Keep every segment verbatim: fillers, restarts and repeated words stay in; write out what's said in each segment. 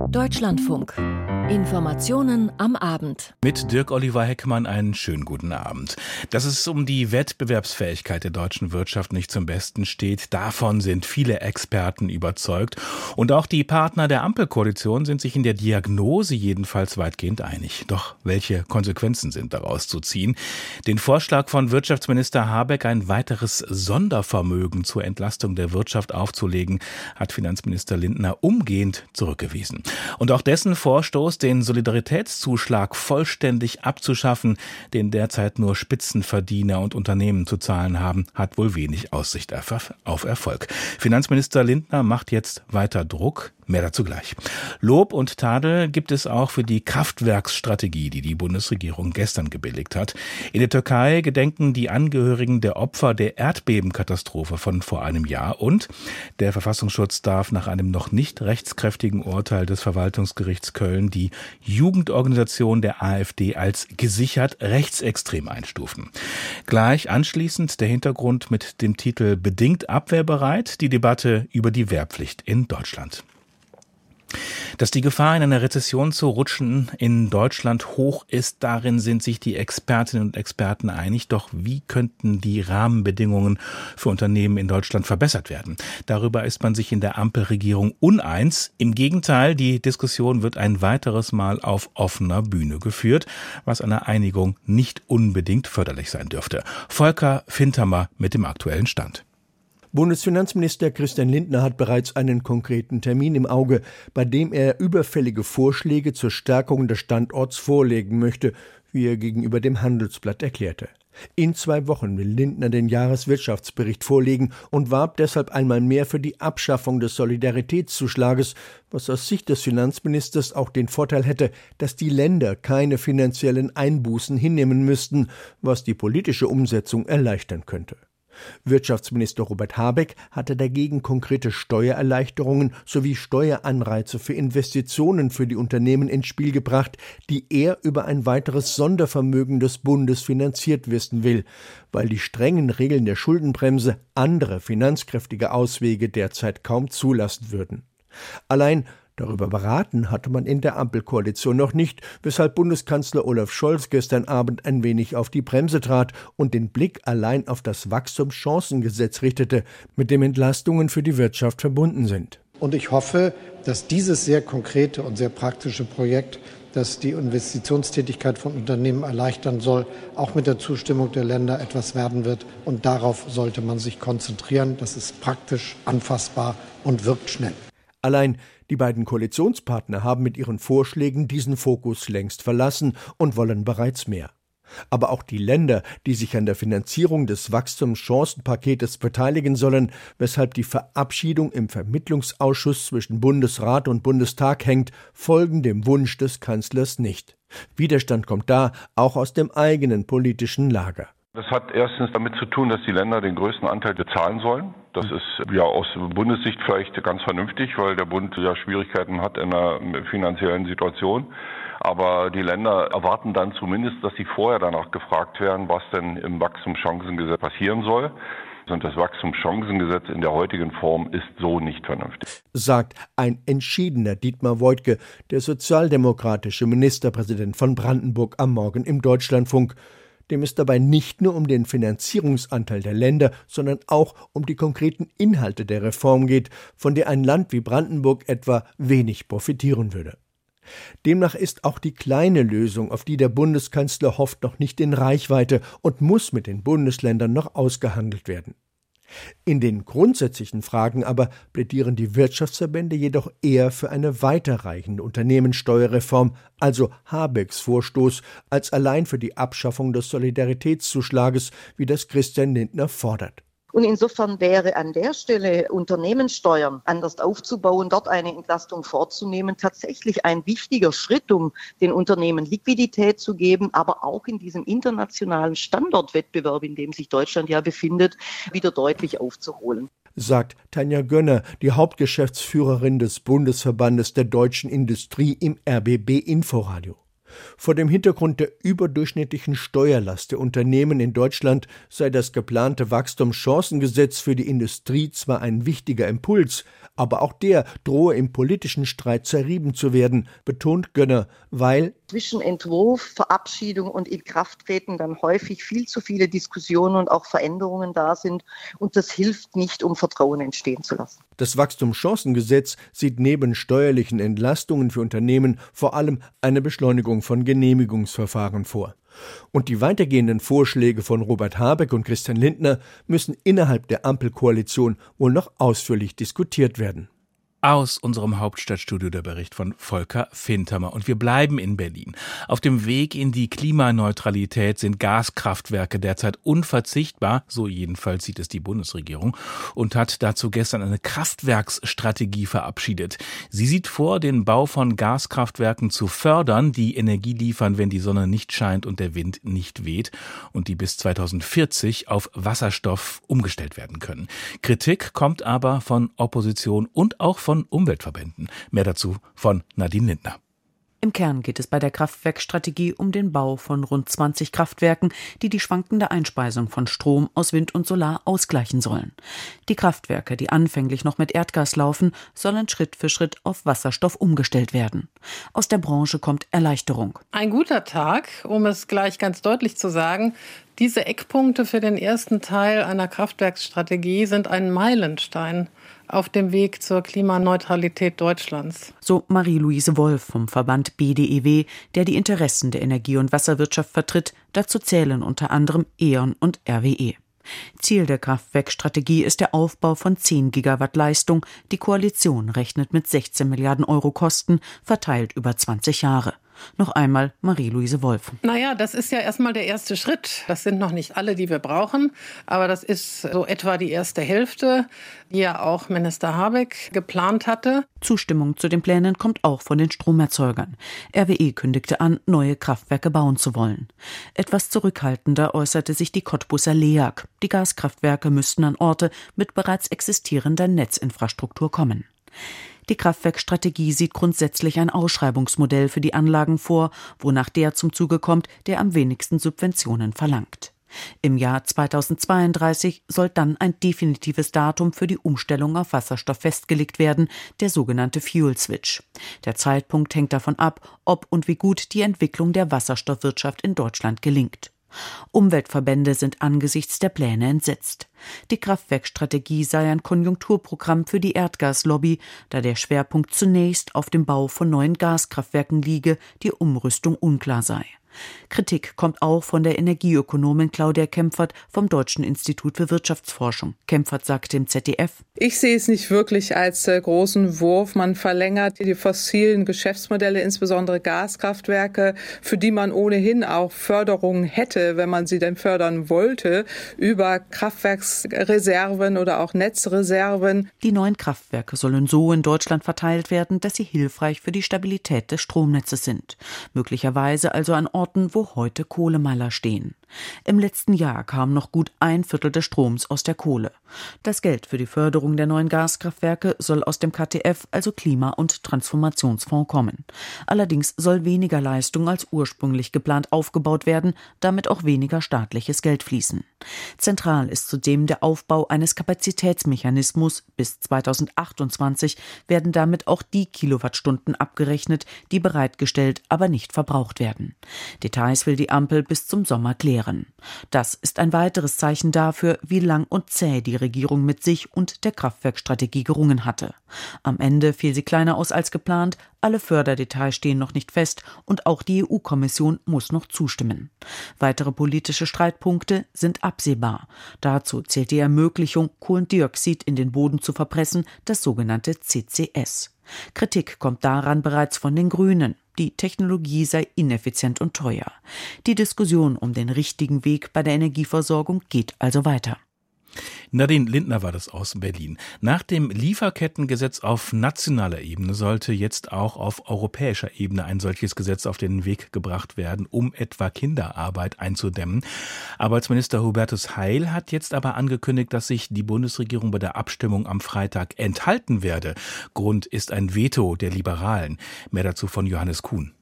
Deutschlandfunk. Informationen am Abend. Mit Dirk-Oliver Heckmann einen schönen guten Abend. Dass es um die Wettbewerbsfähigkeit der deutschen Wirtschaft nicht zum Besten steht, davon sind viele Experten überzeugt. Und auch die Partner der Ampelkoalition sind sich in der Diagnose jedenfalls weitgehend einig. Doch welche Konsequenzen sind daraus zu ziehen? Den Vorschlag von Wirtschaftsminister Habeck, ein weiteres Sondervermögen zur Entlastung der Wirtschaft aufzulegen, hat Finanzminister Lindner umgehend zurückgewiesen. Und auch dessen Vorstoß, den Solidaritätszuschlag vollständig abzuschaffen, den derzeit nur Spitzenverdiener und Unternehmen zu zahlen haben, hat wohl wenig Aussicht auf Erfolg. Finanzminister Lindner macht jetzt weiter Druck. Mehr dazu gleich. Lob und Tadel gibt es auch für die Kraftwerksstrategie, die die Bundesregierung gestern gebilligt hat. In der Türkei gedenken die Angehörigen der Opfer der Erdbebenkatastrophe von vor einem Jahr. Und der Verfassungsschutz darf nach einem noch nicht rechtskräftigen Urteil des Verwaltungsgerichts Köln die Jugendorganisation der AfD als gesichert rechtsextrem einstufen. Gleich anschließend der Hintergrund mit dem Titel Bedingt abwehrbereit, die Debatte über die Wehrpflicht in Deutschland. Dass die Gefahr, in eine Rezession zu rutschen, in Deutschland hoch ist, darin sind sich die Expertinnen und Experten einig. Doch wie könnten die Rahmenbedingungen für Unternehmen in Deutschland verbessert werden? Darüber ist man sich in der Ampelregierung uneins. Im Gegenteil, die Diskussion wird ein weiteres Mal auf offener Bühne geführt, was einer Einigung nicht unbedingt förderlich sein dürfte. Volker Fintermer mit dem aktuellen Stand. Bundesfinanzminister Christian Lindner hat bereits einen konkreten Termin im Auge, bei dem er überfällige Vorschläge zur Stärkung des Standorts vorlegen möchte, wie er gegenüber dem Handelsblatt erklärte. In zwei Wochen will Lindner den Jahreswirtschaftsbericht vorlegen und warb deshalb einmal mehr für die Abschaffung des Solidaritätszuschlages, was aus Sicht des Finanzministers auch den Vorteil hätte, dass die Länder keine finanziellen Einbußen hinnehmen müssten, was die politische Umsetzung erleichtern könnte. Wirtschaftsminister Robert Habeck hatte dagegen konkrete Steuererleichterungen sowie Steueranreize für Investitionen für die Unternehmen ins Spiel gebracht, die er über ein weiteres Sondervermögen des Bundes finanziert wissen will, weil die strengen Regeln der Schuldenbremse andere finanzkräftige Auswege derzeit kaum zulassen würden. Allein darüber beraten hatte man in der Ampelkoalition noch nicht, weshalb Bundeskanzler Olaf Scholz gestern Abend ein wenig auf die Bremse trat und den Blick allein auf das Wachstumschancengesetz richtete, mit dem Entlastungen für die Wirtschaft verbunden sind. Und ich hoffe, dass dieses sehr konkrete und sehr praktische Projekt, das die Investitionstätigkeit von Unternehmen erleichtern soll, auch mit der Zustimmung der Länder etwas werden wird. Und darauf sollte man sich konzentrieren. Das ist praktisch, anfassbar und wirkt schnell. Allein die beiden Koalitionspartner haben mit ihren Vorschlägen diesen Fokus längst verlassen und wollen bereits mehr. Aber auch die Länder, die sich an der Finanzierung des Wachstumschancenpaketes beteiligen sollen, weshalb die Verabschiedung im Vermittlungsausschuss zwischen Bundesrat und Bundestag hängt, folgen dem Wunsch des Kanzlers nicht. Widerstand kommt da auch aus dem eigenen politischen Lager. Das hat erstens damit zu tun, dass die Länder den größten Anteil bezahlen sollen. Das ist ja aus Bundessicht vielleicht ganz vernünftig, weil der Bund ja Schwierigkeiten hat in einer finanziellen Situation. Aber die Länder erwarten dann zumindest, dass sie vorher danach gefragt werden, was denn im Wachstumschancengesetz passieren soll. Und das Wachstumschancengesetz in der heutigen Form ist so nicht vernünftig. Sagt ein entschiedener Dietmar Woidke, der sozialdemokratische Ministerpräsident von Brandenburg, am Morgen im Deutschlandfunk. Dem es dabei nicht nur um den Finanzierungsanteil der Länder, sondern auch um die konkreten Inhalte der Reform geht, von der ein Land wie Brandenburg etwa wenig profitieren würde. Demnach ist auch die kleine Lösung, auf die der Bundeskanzler hofft, noch nicht in Reichweite und muss mit den Bundesländern noch ausgehandelt werden. In den grundsätzlichen Fragen aber plädieren die Wirtschaftsverbände jedoch eher für eine weiterreichende Unternehmenssteuerreform, also Habecks Vorstoß, als allein für die Abschaffung des Solidaritätszuschlages, wie das Christian Lindner fordert. Und insofern wäre an der Stelle Unternehmenssteuern anders aufzubauen, dort eine Entlastung vorzunehmen, tatsächlich ein wichtiger Schritt, um den Unternehmen Liquidität zu geben, aber auch in diesem internationalen Standortwettbewerb, in dem sich Deutschland ja befindet, wieder deutlich aufzuholen. Sagt Tanja Gönner, die Hauptgeschäftsführerin des Bundesverbandes der deutschen Industrie im R B B Inforadio. Vor dem Hintergrund der überdurchschnittlichen Steuerlast der Unternehmen in Deutschland sei das geplante Wachstumschancengesetz für die Industrie zwar ein wichtiger Impuls, aber auch der drohe im politischen Streit zerrieben zu werden, betont Gönner, weil zwischen Entwurf, Verabschiedung und Inkrafttreten dann häufig viel zu viele Diskussionen und auch Veränderungen da sind und das hilft nicht, um Vertrauen entstehen zu lassen. Das Wachstumschancengesetz sieht neben steuerlichen Entlastungen für Unternehmen vor allem eine Beschleunigung von Genehmigungsverfahren vor. Und die weitergehenden Vorschläge von Robert Habeck und Christian Lindner müssen innerhalb der Ampelkoalition wohl noch ausführlich diskutiert werden. Aus unserem Hauptstadtstudio der Bericht von Volker Fintermer. Und wir bleiben in Berlin. Auf dem Weg in die Klimaneutralität sind Gaskraftwerke derzeit unverzichtbar, so jedenfalls sieht es die Bundesregierung, und hat dazu gestern eine Kraftwerksstrategie verabschiedet. Sie sieht vor, den Bau von Gaskraftwerken zu fördern, die Energie liefern, wenn die Sonne nicht scheint und der Wind nicht weht, und die bis zweitausendvierzig auf Wasserstoff umgestellt werden können. Kritik kommt aber von Opposition und auch von Umweltverbänden. Mehr dazu von Nadine Lindner. Im Kern geht es bei der Kraftwerkstrategie um den Bau von rund zwanzig Kraftwerken, die die schwankende Einspeisung von Strom aus Wind und Solar ausgleichen sollen. Die Kraftwerke, die anfänglich noch mit Erdgas laufen, sollen Schritt für Schritt auf Wasserstoff umgestellt werden. Aus der Branche kommt Erleichterung. Ein guter Tag, um es gleich ganz deutlich zu sagen. Diese Eckpunkte für den ersten Teil einer Kraftwerksstrategie sind ein Meilenstein auf dem Weg zur Klimaneutralität Deutschlands. So Marie-Louise Wolf vom Verband B D E W, der die Interessen der Energie- und Wasserwirtschaft vertritt. Dazu zählen unter anderem E.ON und R W E. Ziel der Kraftwerkstrategie ist der Aufbau von zehn Gigawatt Leistung. Die Koalition rechnet mit sechzehn Milliarden Euro Kosten, verteilt über zwanzig Jahre. Noch einmal Marie-Louise Wolf. Naja, das ist ja erstmal der erste Schritt. Das sind noch nicht alle, die wir brauchen, aber das ist so etwa die erste Hälfte, die ja auch Minister Habeck geplant hatte. Zustimmung zu den Plänen kommt auch von den Stromerzeugern. R W E kündigte an, neue Kraftwerke bauen zu wollen. Etwas zurückhaltender äußerte sich die Cottbuser LEAG. Die Gaskraftwerke müssten an Orte mit bereits existierender Netzinfrastruktur kommen. Die Kraftwerkstrategie sieht grundsätzlich ein Ausschreibungsmodell für die Anlagen vor, wonach der zum Zuge kommt, der am wenigsten Subventionen verlangt. Im Jahr zweitausendzweiunddreißig soll dann ein definitives Datum für die Umstellung auf Wasserstoff festgelegt werden, der sogenannte Fuel Switch. Der Zeitpunkt hängt davon ab, ob und wie gut die Entwicklung der Wasserstoffwirtschaft in Deutschland gelingt. Umweltverbände sind angesichts der Pläne entsetzt. Die Kraftwerkstrategie sei ein Konjunkturprogramm für die Erdgaslobby, da der Schwerpunkt zunächst auf dem Bau von neuen Gaskraftwerken liege, die Umrüstung unklar sei. Kritik kommt auch von der Energieökonomin Claudia Kempfert vom Deutschen Institut für Wirtschaftsforschung. Kempfert sagte im Z D F: Ich sehe es nicht wirklich als äh, großen Wurf. Man verlängert die fossilen Geschäftsmodelle, insbesondere Gaskraftwerke, für die man ohnehin auch Förderungen hätte, wenn man sie denn fördern wollte, über Kraftwerksreserven oder auch Netzreserven. Die neuen Kraftwerke sollen so in Deutschland verteilt werden, dass sie hilfreich für die Stabilität des Stromnetzes sind. Möglicherweise also an Orten, wo heute Kohlemeiler stehen. Im letzten Jahr kam noch gut ein Viertel des Stroms aus der Kohle. Das Geld für die Förderung der neuen Gaskraftwerke soll aus dem K T F, also Klima- und Transformationsfonds, kommen. Allerdings soll weniger Leistung als ursprünglich geplant aufgebaut werden, damit auch weniger staatliches Geld fließen. Zentral ist zudem der Aufbau eines Kapazitätsmechanismus. Bis zweitausendachtundzwanzig werden damit auch die Kilowattstunden abgerechnet, die bereitgestellt, aber nicht verbraucht werden. Details will die Ampel bis zum Sommer klären. Das ist ein weiteres Zeichen dafür, wie lang und zäh die Regierung mit sich und der Kraftwerkstrategie gerungen hatte. Am Ende fiel sie kleiner aus als geplant, alle Förderdetails stehen noch nicht fest und auch die E U-Kommission muss noch zustimmen. Weitere politische Streitpunkte sind absehbar. Dazu zählt die Ermöglichung, Kohlendioxid in den Boden zu verpressen, das sogenannte C C S. Kritik kommt daran bereits von den Grünen. Die Technologie sei ineffizient und teuer. Die Diskussion um den richtigen Weg bei der Energieversorgung geht also weiter. Nadine Lindner war das aus Berlin. Nach dem Lieferkettengesetz auf nationaler Ebene sollte jetzt auch auf europäischer Ebene ein solches Gesetz auf den Weg gebracht werden, um etwa Kinderarbeit einzudämmen. Arbeitsminister Hubertus Heil hat jetzt aber angekündigt, dass sich die Bundesregierung bei der Abstimmung am Freitag enthalten werde. Grund ist ein Veto der Liberalen. Mehr dazu von Johannes Kuhn.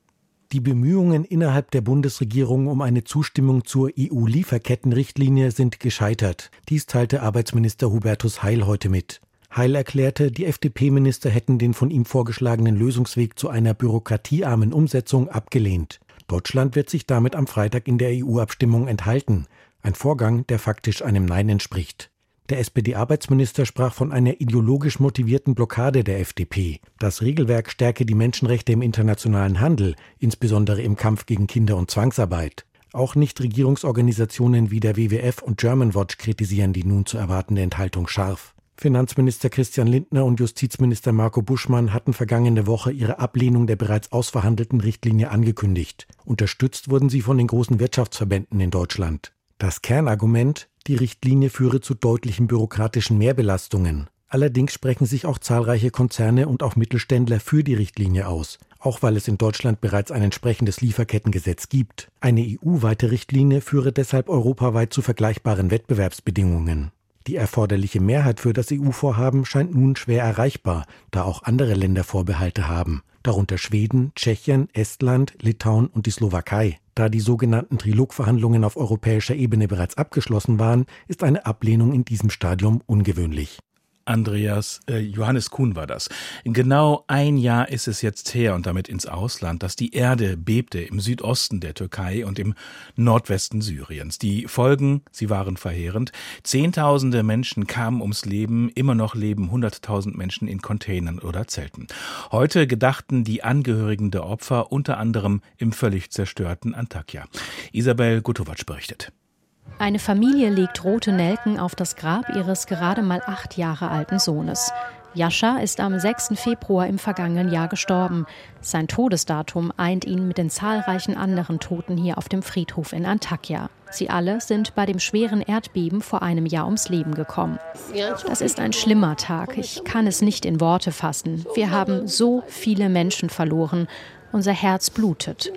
Die Bemühungen innerhalb der Bundesregierung um eine Zustimmung zur E U-Lieferkettenrichtlinie sind gescheitert. Dies teilte Arbeitsminister Hubertus Heil heute mit. Heil erklärte, die F D P-Minister hätten den von ihm vorgeschlagenen Lösungsweg zu einer bürokratiearmen Umsetzung abgelehnt. Deutschland wird sich damit am Freitag in der E U-Abstimmung enthalten. Ein Vorgang, der faktisch einem Nein entspricht. Der S P D-Arbeitsminister sprach von einer ideologisch motivierten Blockade der F D P. Das Regelwerk stärke die Menschenrechte im internationalen Handel, insbesondere im Kampf gegen Kinder- und Zwangsarbeit. Auch Nichtregierungsorganisationen wie der W W F und Germanwatch kritisieren die nun zu erwartende Enthaltung scharf. Finanzminister Christian Lindner und Justizminister Marco Buschmann hatten vergangene Woche ihre Ablehnung der bereits ausverhandelten Richtlinie angekündigt. Unterstützt wurden sie von den großen Wirtschaftsverbänden in Deutschland. Das Kernargument: die Richtlinie führe zu deutlichen bürokratischen Mehrbelastungen. Allerdings sprechen sich auch zahlreiche Konzerne und auch Mittelständler für die Richtlinie aus, auch weil es in Deutschland bereits ein entsprechendes Lieferkettengesetz gibt. Eine E U-weite Richtlinie führe deshalb europaweit zu vergleichbaren Wettbewerbsbedingungen. Die erforderliche Mehrheit für das E U-Vorhaben scheint nun schwer erreichbar, da auch andere Länder Vorbehalte haben, darunter Schweden, Tschechien, Estland, Litauen und die Slowakei. Da die sogenannten Trilogverhandlungen auf europäischer Ebene bereits abgeschlossen waren, ist eine Ablehnung in diesem Stadium ungewöhnlich. Andreas, äh, Johannes Kuhn war das. Genau ein Jahr ist es jetzt her und damit ins Ausland, dass die Erde bebte im Südosten der Türkei und im Nordwesten Syriens. Die Folgen, sie waren verheerend. Zehntausende Menschen kamen ums Leben, immer noch leben hunderttausend Menschen in Containern oder Zelten. Heute gedachten die Angehörigen der Opfer unter anderem im völlig zerstörten Antakya. Isabel Gutovac berichtet. Eine Familie legt rote Nelken auf das Grab ihres gerade mal acht Jahre alten Sohnes. Jascha ist am sechsten Februar im vergangenen Jahr gestorben. Sein Todesdatum eint ihn mit den zahlreichen anderen Toten hier auf dem Friedhof in Antakya. Sie alle sind bei dem schweren Erdbeben vor einem Jahr ums Leben gekommen. Das ist ein schlimmer Tag. Ich kann es nicht in Worte fassen. Wir haben so viele Menschen verloren. Unser Herz blutet,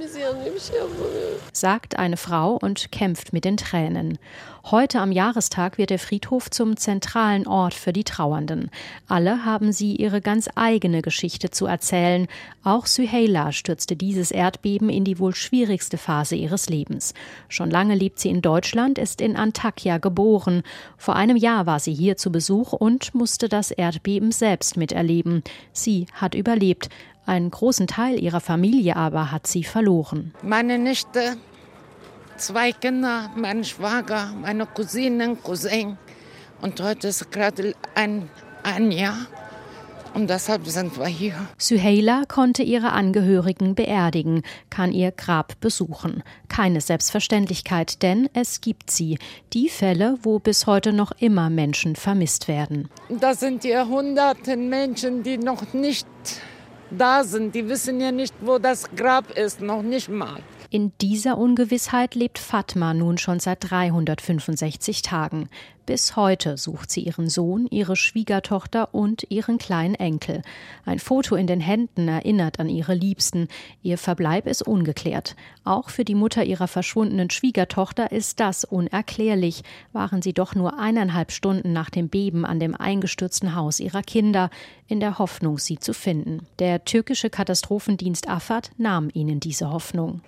sagt eine Frau und kämpft mit den Tränen. Heute am Jahrestag wird der Friedhof zum zentralen Ort für die Trauernden. Alle haben sie ihre ganz eigene Geschichte zu erzählen. Auch Süheyla stürzte dieses Erdbeben in die wohl schwierigste Phase ihres Lebens. Schon lange lebt sie in Deutschland, ist in Antakya geboren. Vor einem Jahr war sie hier zu Besuch und musste das Erdbeben selbst miterleben. Sie hat überlebt. Einen großen Teil ihrer Familie aber hat sie verloren. Meine Nichte, zwei Kinder, mein Schwager, meine Cousinen, Cousin. Und heute ist gerade ein, ein Jahr. Und deshalb sind wir hier. Süheyla konnte ihre Angehörigen beerdigen, kann ihr Grab besuchen. Keine Selbstverständlichkeit, denn es gibt sie. Die Fälle, wo bis heute noch immer Menschen vermisst werden. Das sind ja hunderte Menschen, die noch nicht da sind. Die wissen ja nicht, wo das Grab ist, noch nicht mal. In dieser Ungewissheit lebt Fatma nun schon seit dreihundertfünfundsechzig Tagen. Bis heute sucht sie ihren Sohn, ihre Schwiegertochter und ihren kleinen Enkel. Ein Foto in den Händen erinnert an ihre Liebsten. Ihr Verbleib ist ungeklärt. Auch für die Mutter ihrer verschwundenen Schwiegertochter ist das unerklärlich. Waren sie doch nur eineinhalb Stunden nach dem Beben an dem eingestürzten Haus ihrer Kinder, in der Hoffnung, sie zu finden. Der türkische Katastrophendienst AFAD nahm ihnen diese Hoffnung.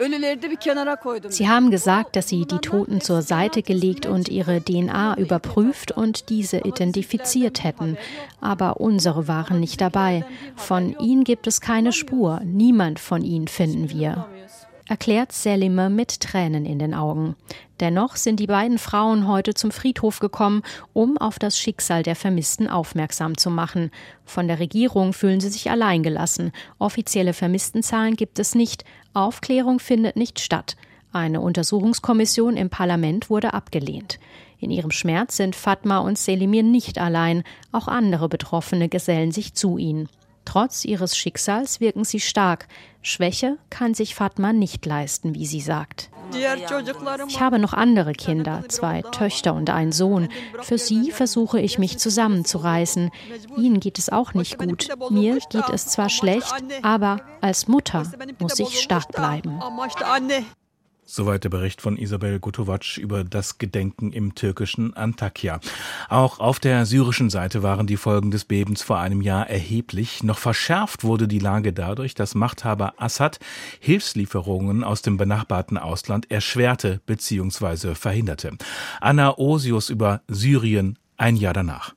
Sie haben gesagt, dass sie die Toten zur Seite gelegt und ihre D N A überprüft und diese identifiziert hätten. Aber unsere waren nicht dabei. Von ihnen gibt es keine Spur. Niemand von ihnen finden wir, erklärt Selime mit Tränen in den Augen. Dennoch sind die beiden Frauen heute zum Friedhof gekommen, um auf das Schicksal der Vermissten aufmerksam zu machen. Von der Regierung fühlen sie sich alleingelassen. Offizielle Vermisstenzahlen gibt es nicht. Aufklärung findet nicht statt. Eine Untersuchungskommission im Parlament wurde abgelehnt. In ihrem Schmerz sind Fatma und Selimir nicht allein. Auch andere Betroffene gesellen sich zu ihnen. Trotz ihres Schicksals wirken sie stark. Schwäche kann sich Fatma nicht leisten, wie sie sagt. Ich habe noch andere Kinder, zwei Töchter und einen Sohn. Für sie versuche ich, mich zusammenzureißen. Ihnen geht es auch nicht gut. Mir geht es zwar schlecht, aber als Mutter muss ich stark bleiben. Soweit der Bericht von Isabel Gotovac über das Gedenken im türkischen Antakya. Auch auf der syrischen Seite waren die Folgen des Bebens vor einem Jahr erheblich. Noch verschärft wurde die Lage dadurch, dass Machthaber Assad Hilfslieferungen aus dem benachbarten Ausland erschwerte bzw. verhinderte. Anna Osius über Syrien ein Jahr danach.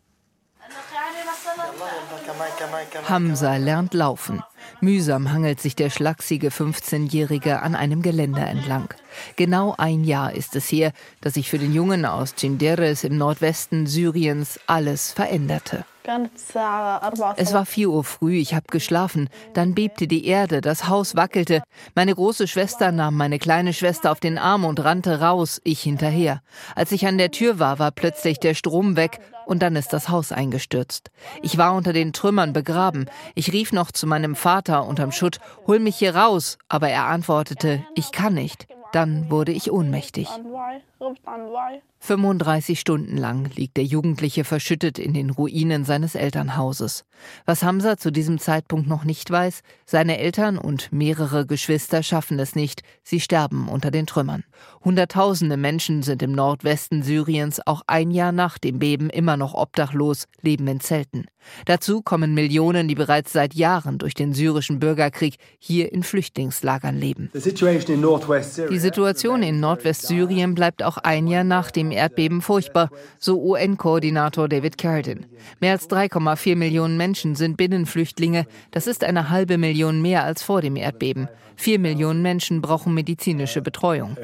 Hamza lernt laufen. Mühsam hangelt sich der schlachsige fünfzehnjährige an einem Geländer entlang. Genau ein Jahr ist es her, dass sich für den Jungen aus Cinderes im Nordwesten Syriens alles veränderte. Es war vier Uhr früh, ich habe geschlafen. Dann bebte die Erde, das Haus wackelte. Meine große Schwester nahm meine kleine Schwester auf den Arm und rannte raus, ich hinterher. Als ich an der Tür war, war plötzlich der Strom weg und dann ist das Haus eingestürzt. Ich war unter den Trümmern begraben. Ich rief noch zu meinem Vater unterm Schutt, hol mich hier raus, aber er antwortete, ich kann nicht. Dann wurde ich ohnmächtig. fünfunddreißig Stunden lang liegt der Jugendliche verschüttet in den Ruinen seines Elternhauses. Was Hamza zu diesem Zeitpunkt noch nicht weiß, seine Eltern und mehrere Geschwister schaffen es nicht. Sie sterben unter den Trümmern. Hunderttausende Menschen sind im Nordwesten Syriens auch ein Jahr nach dem Beben immer noch obdachlos, leben in Zelten. Dazu kommen Millionen, die bereits seit Jahren durch den syrischen Bürgerkrieg hier in Flüchtlingslagern leben. Die Situation in Nordwestsyrien bleibt auch ein Jahr nach dem Erdbeben furchtbar, so U N-Koordinator David Carden. Mehr als drei Komma vier Millionen Menschen sind Binnenflüchtlinge. Das ist eine halbe Million mehr als vor dem Erdbeben. Vier Millionen Menschen brauchen medizinische Betreuung.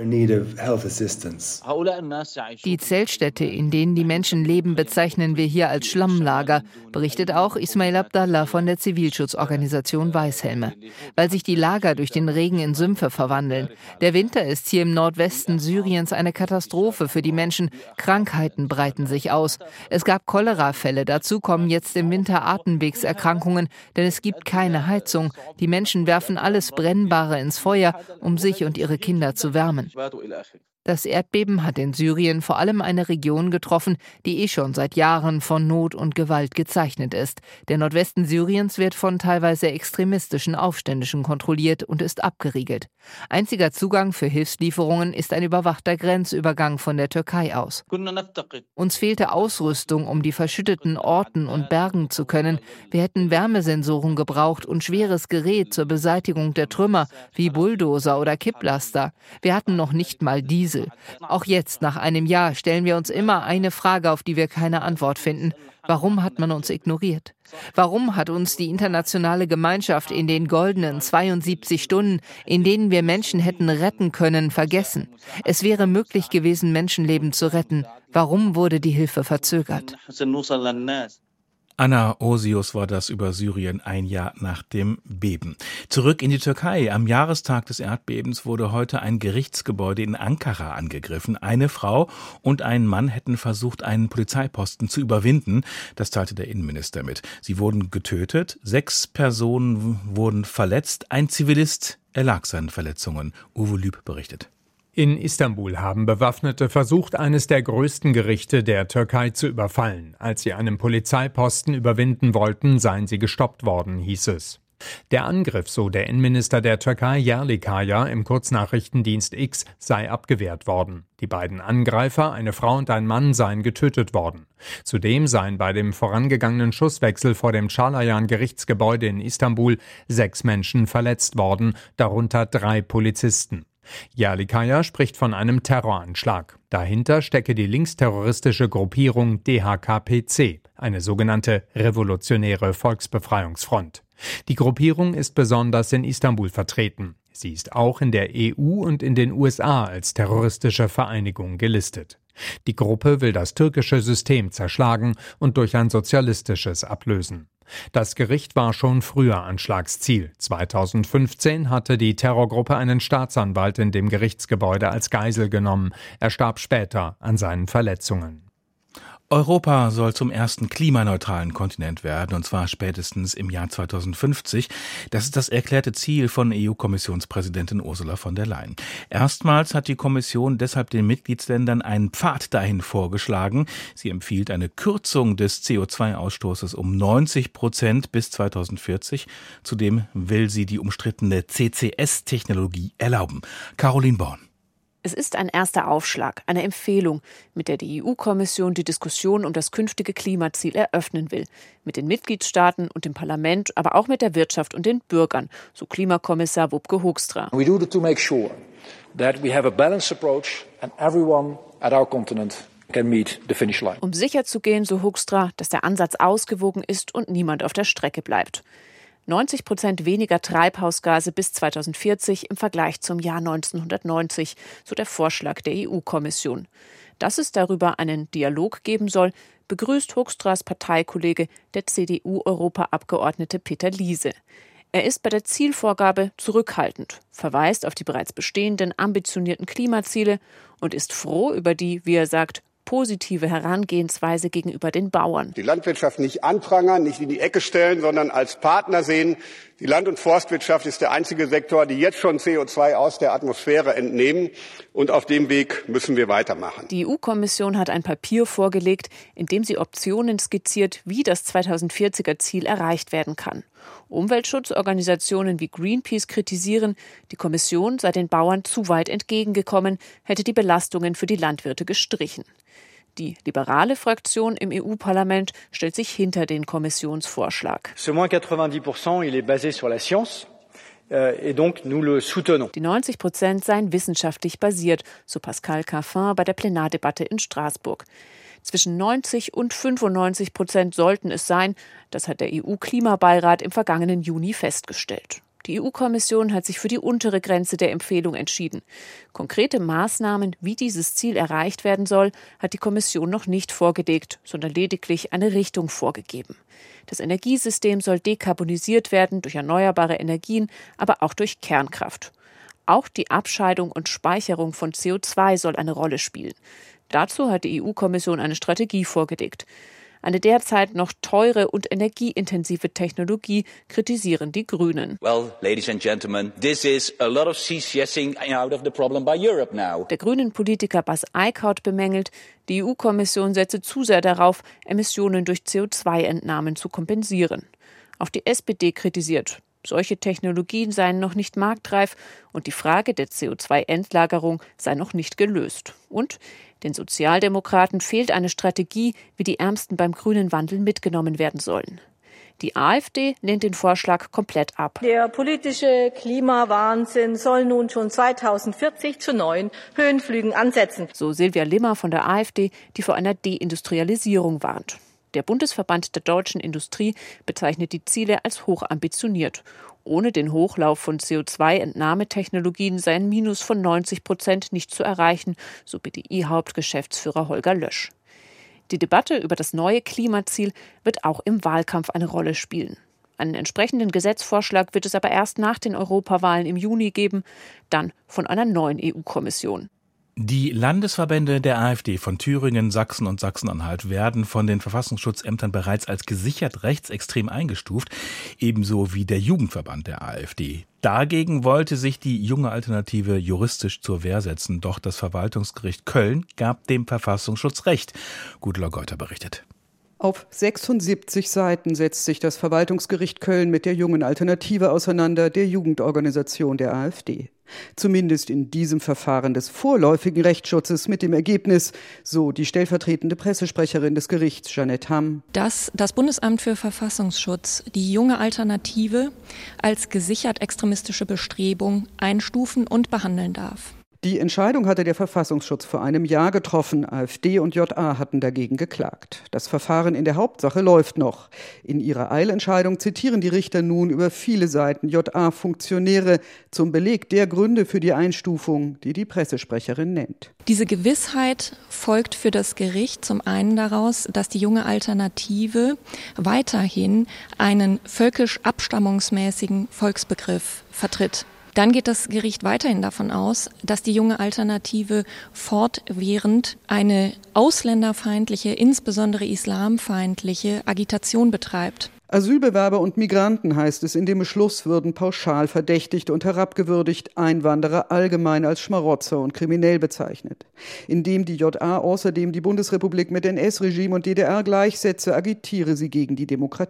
Die Zeltstädte, in denen die Menschen leben, bezeichnen wir hier als Schlammlager, berichtet auch Ismail Abdallah von der Zivilschutzorganisation Weißhelme. Weil sich die Lager durch den Regen in Sümpfe verwandeln. Der Winter ist hier im Nordwesten Syriens eine Katastrophe für die Menschen. Krankheiten breiten sich aus. Es gab Cholerafälle, dazu kommen jetzt im Winter Atemwegserkrankungen, denn es gibt keine Heizung. Die Menschen werfen alles Brennbare ins Feuer, um sich und ihre Kinder zu wärmen. Das Erdbeben hat in Syrien vor allem eine Region getroffen, die eh schon seit Jahren von Not und Gewalt gezeichnet ist. Der Nordwesten Syriens wird von teilweise extremistischen Aufständischen kontrolliert und ist abgeriegelt. Einziger Zugang für Hilfslieferungen ist ein überwachter Grenzübergang von der Türkei aus. Uns fehlte Ausrüstung, um die verschütteten Orten und bergen zu können. Wir hätten Wärmesensoren gebraucht und schweres Gerät zur Beseitigung der Trümmer, wie Bulldozer oder Kipplaster. Wir hatten noch nicht mal diese. Auch jetzt, nach einem Jahr, stellen wir uns immer eine Frage, auf die wir keine Antwort finden. Warum hat man uns ignoriert? Warum hat uns die internationale Gemeinschaft in den goldenen zweiundsiebzig Stunden, in denen wir Menschen hätten retten können, vergessen? Es wäre möglich gewesen, Menschenleben zu retten. Warum wurde die Hilfe verzögert? Anna Osius war das über Syrien ein Jahr nach dem Beben. Zurück in die Türkei. Am Jahrestag des Erdbebens wurde heute ein Gerichtsgebäude in Ankara angegriffen. Eine Frau und ein Mann hätten versucht, einen Polizeiposten zu überwinden. Das teilte der Innenminister mit. Sie wurden getötet. Sechs Personen wurden verletzt. Ein Zivilist erlag seinen Verletzungen. Uwe Lüb berichtet. In Istanbul haben Bewaffnete versucht, eines der größten Gerichte der Türkei zu überfallen. Als sie einen Polizeiposten überwinden wollten, seien sie gestoppt worden, hieß es. Der Angriff, so der Innenminister der Türkei Yerlikaya im Kurznachrichtendienst X, sei abgewehrt worden. Die beiden Angreifer, eine Frau und ein Mann, seien getötet worden. Zudem seien bei dem vorangegangenen Schusswechsel vor dem Çağlayan-Gerichtsgebäude in Istanbul sechs Menschen verletzt worden, darunter drei Polizisten. Yerlikaya spricht von einem Terroranschlag. Dahinter stecke die linksterroristische Gruppierung D H K P C, eine sogenannte Revolutionäre Volksbefreiungsfront. Die Gruppierung ist besonders in Istanbul vertreten. Sie ist auch in der E U und in den U S A als terroristische Vereinigung gelistet. Die Gruppe will das türkische System zerschlagen und durch ein sozialistisches ablösen. Das Gericht war schon früher Anschlagsziel. zweitausendfünfzehn hatte die Terrorgruppe einen Staatsanwalt in dem Gerichtsgebäude als Geisel genommen. Er starb später an seinen Verletzungen. Europa soll zum ersten klimaneutralen Kontinent werden, und zwar spätestens im Jahr zweitausendfünfzig. Das ist das erklärte Ziel von E U-Kommissionspräsidentin Ursula von der Leyen. Erstmals hat die Kommission deshalb den Mitgliedsländern einen Pfad dahin vorgeschlagen. Sie empfiehlt eine Kürzung des C O zwei Ausstoßes um neunzig Prozent bis zweitausendvierzig. Zudem will sie die umstrittene C C S-Technologie erlauben. Caroline Born. Es ist ein erster Aufschlag, eine Empfehlung, mit der die E U-Kommission die Diskussion um das künftige Klimaziel eröffnen will. Mit den Mitgliedstaaten und dem Parlament, aber auch mit der Wirtschaft und den Bürgern, so Klimakommissar Wopke Hoekstra. We do that to make sure that we have a balanced approach and everyone at our continent can meet the finish line. Um sicherzugehen, so Hoekstra, dass der Ansatz ausgewogen ist und niemand auf der Strecke bleibt. neunzig Prozent weniger Treibhausgase bis zweitausendvierzig im Vergleich zum Jahr neunzehnhundertneunzig, so der Vorschlag der E U-Kommission. Dass es darüber einen Dialog geben soll, begrüßt Hoekstras Parteikollege, der C D U-Europaabgeordnete Peter Liese. Er ist bei der Zielvorgabe zurückhaltend, verweist auf die bereits bestehenden ambitionierten Klimaziele und ist froh über die, wie er sagt, positive Herangehensweise gegenüber den Bauern. Die Landwirtschaft nicht anprangern, nicht in die Ecke stellen, sondern als Partner sehen. Die Land- und Forstwirtschaft ist der einzige Sektor, die jetzt schon C O zwei aus der Atmosphäre entnehmen. Und auf dem Weg müssen wir weitermachen. Die E U-Kommission hat ein Papier vorgelegt, in dem sie Optionen skizziert, wie das zweitausendvierziger Ziel erreicht werden kann. Umweltschutzorganisationen wie Greenpeace kritisieren, die Kommission sei den Bauern zu weit entgegengekommen, hätte die Belastungen für die Landwirte gestrichen. Die liberale Fraktion im E U-Parlament stellt sich hinter den Kommissionsvorschlag. Ce moins quatre-vingt-dix Prozent, il est basé sur la science. Et donc, nous le soutenons. Die neunzig Prozent seien wissenschaftlich basiert, so Pascal Caffin bei der Plenardebatte in Straßburg. Zwischen neunzig und fünfundneunzig Prozent sollten es sein, das hat der E U-Klimabeirat im vergangenen Juni festgestellt. Die E U-Kommission hat sich für die untere Grenze der Empfehlung entschieden. Konkrete Maßnahmen, wie dieses Ziel erreicht werden soll, hat die Kommission noch nicht vorgelegt, sondern lediglich eine Richtung vorgegeben. Das Energiesystem soll dekarbonisiert werden durch erneuerbare Energien, aber auch durch Kernkraft. Auch die Abscheidung und Speicherung von C O zwei soll eine Rolle spielen. Dazu hat die E U-Kommission eine Strategie vorgelegt. Eine derzeit noch teure und energieintensive Technologie kritisieren die Grünen. Well, ladies and gentlemen, this is a lot of CCSing out of the problem by Europe now. Der Grünen-Politiker Bas Eickhout bemängelt, die E U-Kommission setze zu sehr darauf, Emissionen durch C O zwei Entnahmen zu kompensieren. Auch die S P D kritisiert, solche Technologien seien noch nicht marktreif und die Frage der C O zwei Endlagerung sei noch nicht gelöst. Und den Sozialdemokraten fehlt eine Strategie, wie die Ärmsten beim grünen Wandel mitgenommen werden sollen. Die AfD lehnt den Vorschlag komplett ab. Der politische Klimawahnsinn soll nun schon zweitausendvierzig zu neuen Höhenflügen ansetzen. So Silvia Limmer von der AfD, die vor einer Deindustrialisierung warnt. Der Bundesverband der deutschen Industrie bezeichnet die Ziele als hochambitioniert. Ohne den Hochlauf von C O zwei Entnahmetechnologien sei ein Minus von neunzig Prozent nicht zu erreichen, so B D I-Hauptgeschäftsführer Holger Lösch. Die Debatte über das neue Klimaziel wird auch im Wahlkampf eine Rolle spielen. Einen entsprechenden Gesetzvorschlag wird es aber erst nach den Europawahlen im Juni geben, dann von einer neuen E U-Kommission. Die Landesverbände der AfD von Thüringen, Sachsen und Sachsen-Anhalt werden von den Verfassungsschutzämtern bereits als gesichert rechtsextrem eingestuft, ebenso wie der Jugendverband der AfD. Dagegen wollte sich die Junge Alternative juristisch zur Wehr setzen, doch das Verwaltungsgericht Köln gab dem Verfassungsschutz Recht. Gudula Geuter berichtet. Auf sechsundsiebzig Seiten setzt sich das Verwaltungsgericht Köln mit der Jungen Alternative auseinander, der Jugendorganisation der AfD. Zumindest in diesem Verfahren des vorläufigen Rechtsschutzes mit dem Ergebnis, so die stellvertretende Pressesprecherin des Gerichts, Jeanette Hamm, dass das Bundesamt für Verfassungsschutz die Junge Alternative als gesichert extremistische Bestrebung einstufen und behandeln darf. Die Entscheidung hatte der Verfassungsschutz vor einem Jahr getroffen. AfD und J A hatten dagegen geklagt. Das Verfahren in der Hauptsache läuft noch. In ihrer Eilentscheidung zitieren die Richter nun über viele Seiten J A-Funktionäre zum Beleg der Gründe für die Einstufung, die die Pressesprecherin nennt. Diese Gewissheit folgt für das Gericht zum einen daraus, dass die Junge Alternative weiterhin einen völkisch-abstammungsmäßigen Volksbegriff vertritt. Dann geht das Gericht weiterhin davon aus, dass die Junge Alternative fortwährend eine ausländerfeindliche, insbesondere islamfeindliche Agitation betreibt. Asylbewerber und Migranten, heißt es in dem Beschluss, würden pauschal verdächtigt und herabgewürdigt, Einwanderer allgemein als Schmarotzer und kriminell bezeichnet. Indem die J A außerdem die Bundesrepublik mit N S-Regime und D D R gleichsetze, agitiere sie gegen die Demokratie.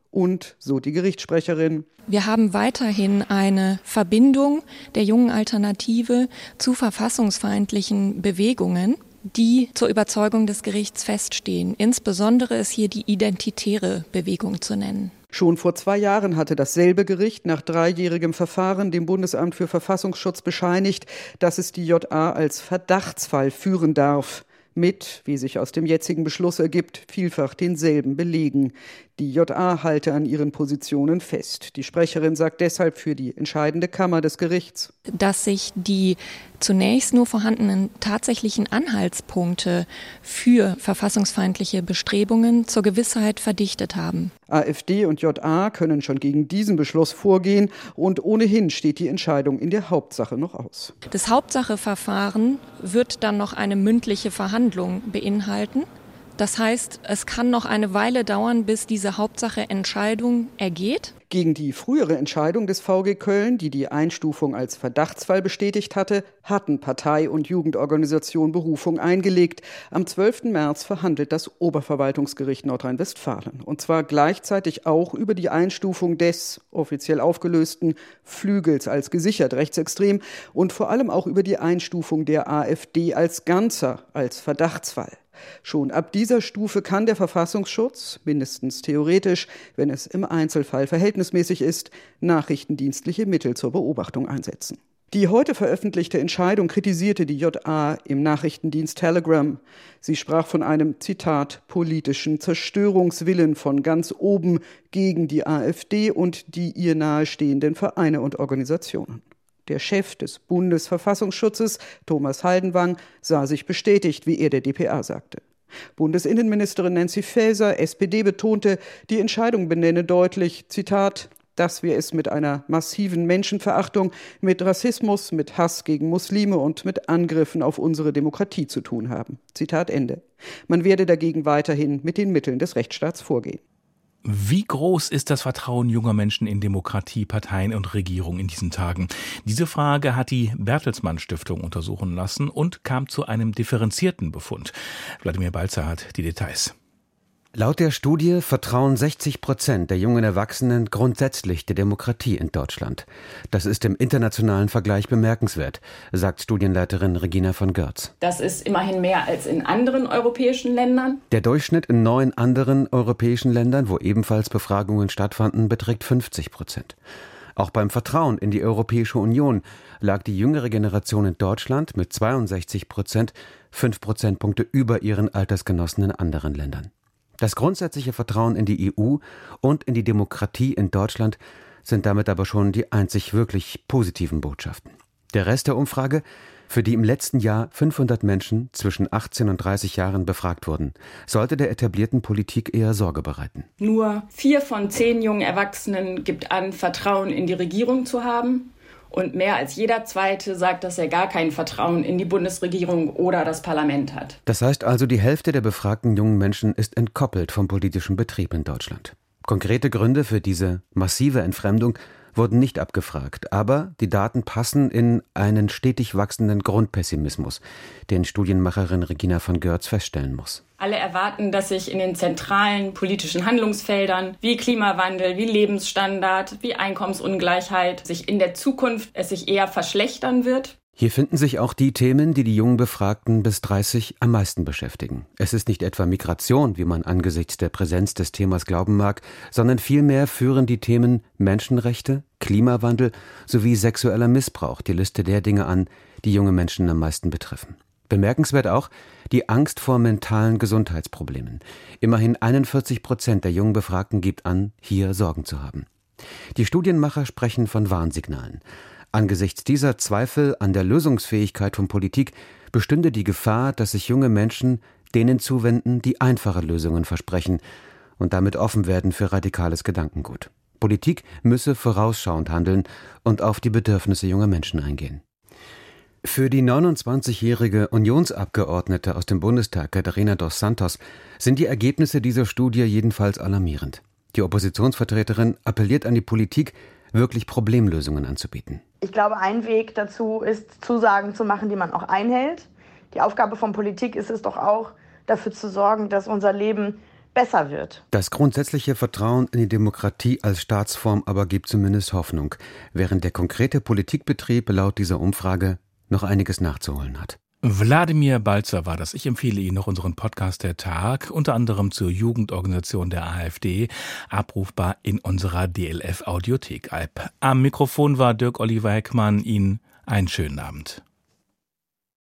Und, so die Gerichtssprecherin, wir haben weiterhin eine Verbindung der jungen Alternative zu verfassungsfeindlichen Bewegungen, die zur Überzeugung des Gerichts feststehen. Insbesondere ist hier die identitäre Bewegung zu nennen. Schon vor zwei Jahren hatte dasselbe Gericht nach dreijährigem Verfahren dem Bundesamt für Verfassungsschutz bescheinigt, dass es die J A als Verdachtsfall führen darf. Mit, wie sich aus dem jetzigen Beschluss ergibt, vielfach denselben Belegen. Die J A halte an ihren Positionen fest. Die Sprecherin sagt deshalb für die entscheidende Kammer des Gerichts, dass sich die zunächst nur vorhandenen tatsächlichen Anhaltspunkte für verfassungsfeindliche Bestrebungen zur Gewissheit verdichtet haben. AfD und J A können schon gegen diesen Beschluss vorgehen und ohnehin steht die Entscheidung in der Hauptsache noch aus. Das Hauptsacheverfahren wird dann noch eine mündliche Verhandlung beinhalten. Das heißt, es kann noch eine Weile dauern, bis diese Hauptsache-Entscheidung ergeht. Gegen die frühere Entscheidung des V G Köln, die die Einstufung als Verdachtsfall bestätigt hatte, hatten Partei und Jugendorganisation Berufung eingelegt. Am zwölften März verhandelt das Oberverwaltungsgericht Nordrhein-Westfalen. Und zwar gleichzeitig auch über die Einstufung des offiziell aufgelösten Flügels als gesichert rechtsextrem und vor allem auch über die Einstufung der AfD als Ganzer, als Verdachtsfall. Schon ab dieser Stufe kann der Verfassungsschutz, mindestens theoretisch, wenn es im Einzelfall verhältnismäßig ist, nachrichtendienstliche Mittel zur Beobachtung einsetzen. Die heute veröffentlichte Entscheidung kritisierte die J A im Nachrichtendienst Telegram. Sie sprach von einem, Zitat, politischen Zerstörungswillen von ganz oben gegen die AfD und die ihr nahestehenden Vereine und Organisationen. Der Chef des Bundesverfassungsschutzes, Thomas Haldenwang, sah sich bestätigt, wie er der d p a sagte. Bundesinnenministerin Nancy Faeser, S P D, betonte, die Entscheidung benenne deutlich, Zitat, dass wir es mit einer massiven Menschenverachtung, mit Rassismus, mit Hass gegen Muslime und mit Angriffen auf unsere Demokratie zu tun haben. Zitat Ende. Man werde dagegen weiterhin mit den Mitteln des Rechtsstaats vorgehen. Wie groß ist das Vertrauen junger Menschen in Demokratie, Parteien und Regierung in diesen Tagen? Diese Frage hat die Bertelsmann Stiftung untersuchen lassen und kam zu einem differenzierten Befund. Wladimir Balzer hat die Details. Laut der Studie vertrauen sechzig Prozent der jungen Erwachsenen grundsätzlich der Demokratie in Deutschland. Das ist im internationalen Vergleich bemerkenswert, sagt Studienleiterin Regina von Görz. Das ist immerhin mehr als in anderen europäischen Ländern. Der Durchschnitt in neun anderen europäischen Ländern, wo ebenfalls Befragungen stattfanden, beträgt fünfzig Prozent. Auch beim Vertrauen in die Europäische Union lag die jüngere Generation in Deutschland mit zweiundsechzig Prozent, fünf Prozentpunkte über ihren Altersgenossen in anderen Ländern. Das grundsätzliche Vertrauen in die E U und in die Demokratie in Deutschland sind damit aber schon die einzig wirklich positiven Botschaften. Der Rest der Umfrage, für die im letzten Jahr fünfhundert Menschen zwischen achtzehn und dreißig Jahren befragt wurden, sollte der etablierten Politik eher Sorge bereiten. Nur vier von zehn jungen Erwachsenen gibt an, Vertrauen in die Regierung zu haben. Und mehr als jeder Zweite sagt, dass er gar kein Vertrauen in die Bundesregierung oder das Parlament hat. Das heißt also, die Hälfte der befragten jungen Menschen ist entkoppelt vom politischen Betrieb in Deutschland. Konkrete Gründe für diese massive Entfremdung wurden nicht abgefragt, aber die Daten passen in einen stetig wachsenden Grundpessimismus, den Studienmacherin Regina von Görz feststellen muss. Alle erwarten, dass sich in den zentralen politischen Handlungsfeldern wie Klimawandel, wie Lebensstandard, wie Einkommensungleichheit sich in der Zukunft es sich eher verschlechtern wird. Hier finden sich auch die Themen, die die jungen Befragten bis dreißig am meisten beschäftigen. Es ist nicht etwa Migration, wie man angesichts der Präsenz des Themas glauben mag, sondern vielmehr führen die Themen Menschenrechte, Klimawandel sowie sexueller Missbrauch die Liste der Dinge an, die junge Menschen am meisten betreffen. Bemerkenswert auch die Angst vor mentalen Gesundheitsproblemen. Immerhin einundvierzig Prozent der jungen Befragten gibt an, hier Sorgen zu haben. Die Studienmacher sprechen von Warnsignalen. Angesichts dieser Zweifel an der Lösungsfähigkeit von Politik bestünde die Gefahr, dass sich junge Menschen denen zuwenden, die einfache Lösungen versprechen und damit offen werden für radikales Gedankengut. Politik müsse vorausschauend handeln und auf die Bedürfnisse junger Menschen eingehen. Für die neunundzwanzigjährige Unionsabgeordnete aus dem Bundestag, Catarina dos Santos, sind die Ergebnisse dieser Studie jedenfalls alarmierend. Die Oppositionsvertreterin appelliert an die Politik, wirklich Problemlösungen anzubieten. Ich glaube, ein Weg dazu ist, Zusagen zu machen, die man auch einhält. Die Aufgabe von Politik ist es doch auch, dafür zu sorgen, dass unser Leben besser wird. Das grundsätzliche Vertrauen in die Demokratie als Staatsform aber gibt zumindest Hoffnung, während der konkrete Politikbetrieb laut dieser Umfrage noch einiges nachzuholen hat. Wladimir Balzer war das. Ich empfehle Ihnen noch unseren Podcast Der Tag, unter anderem zur Jugendorganisation der AfD, abrufbar in unserer D L F Audiothek-App. Am Mikrofon war Dirk Oliver Heckmann. Ihnen einen schönen Abend.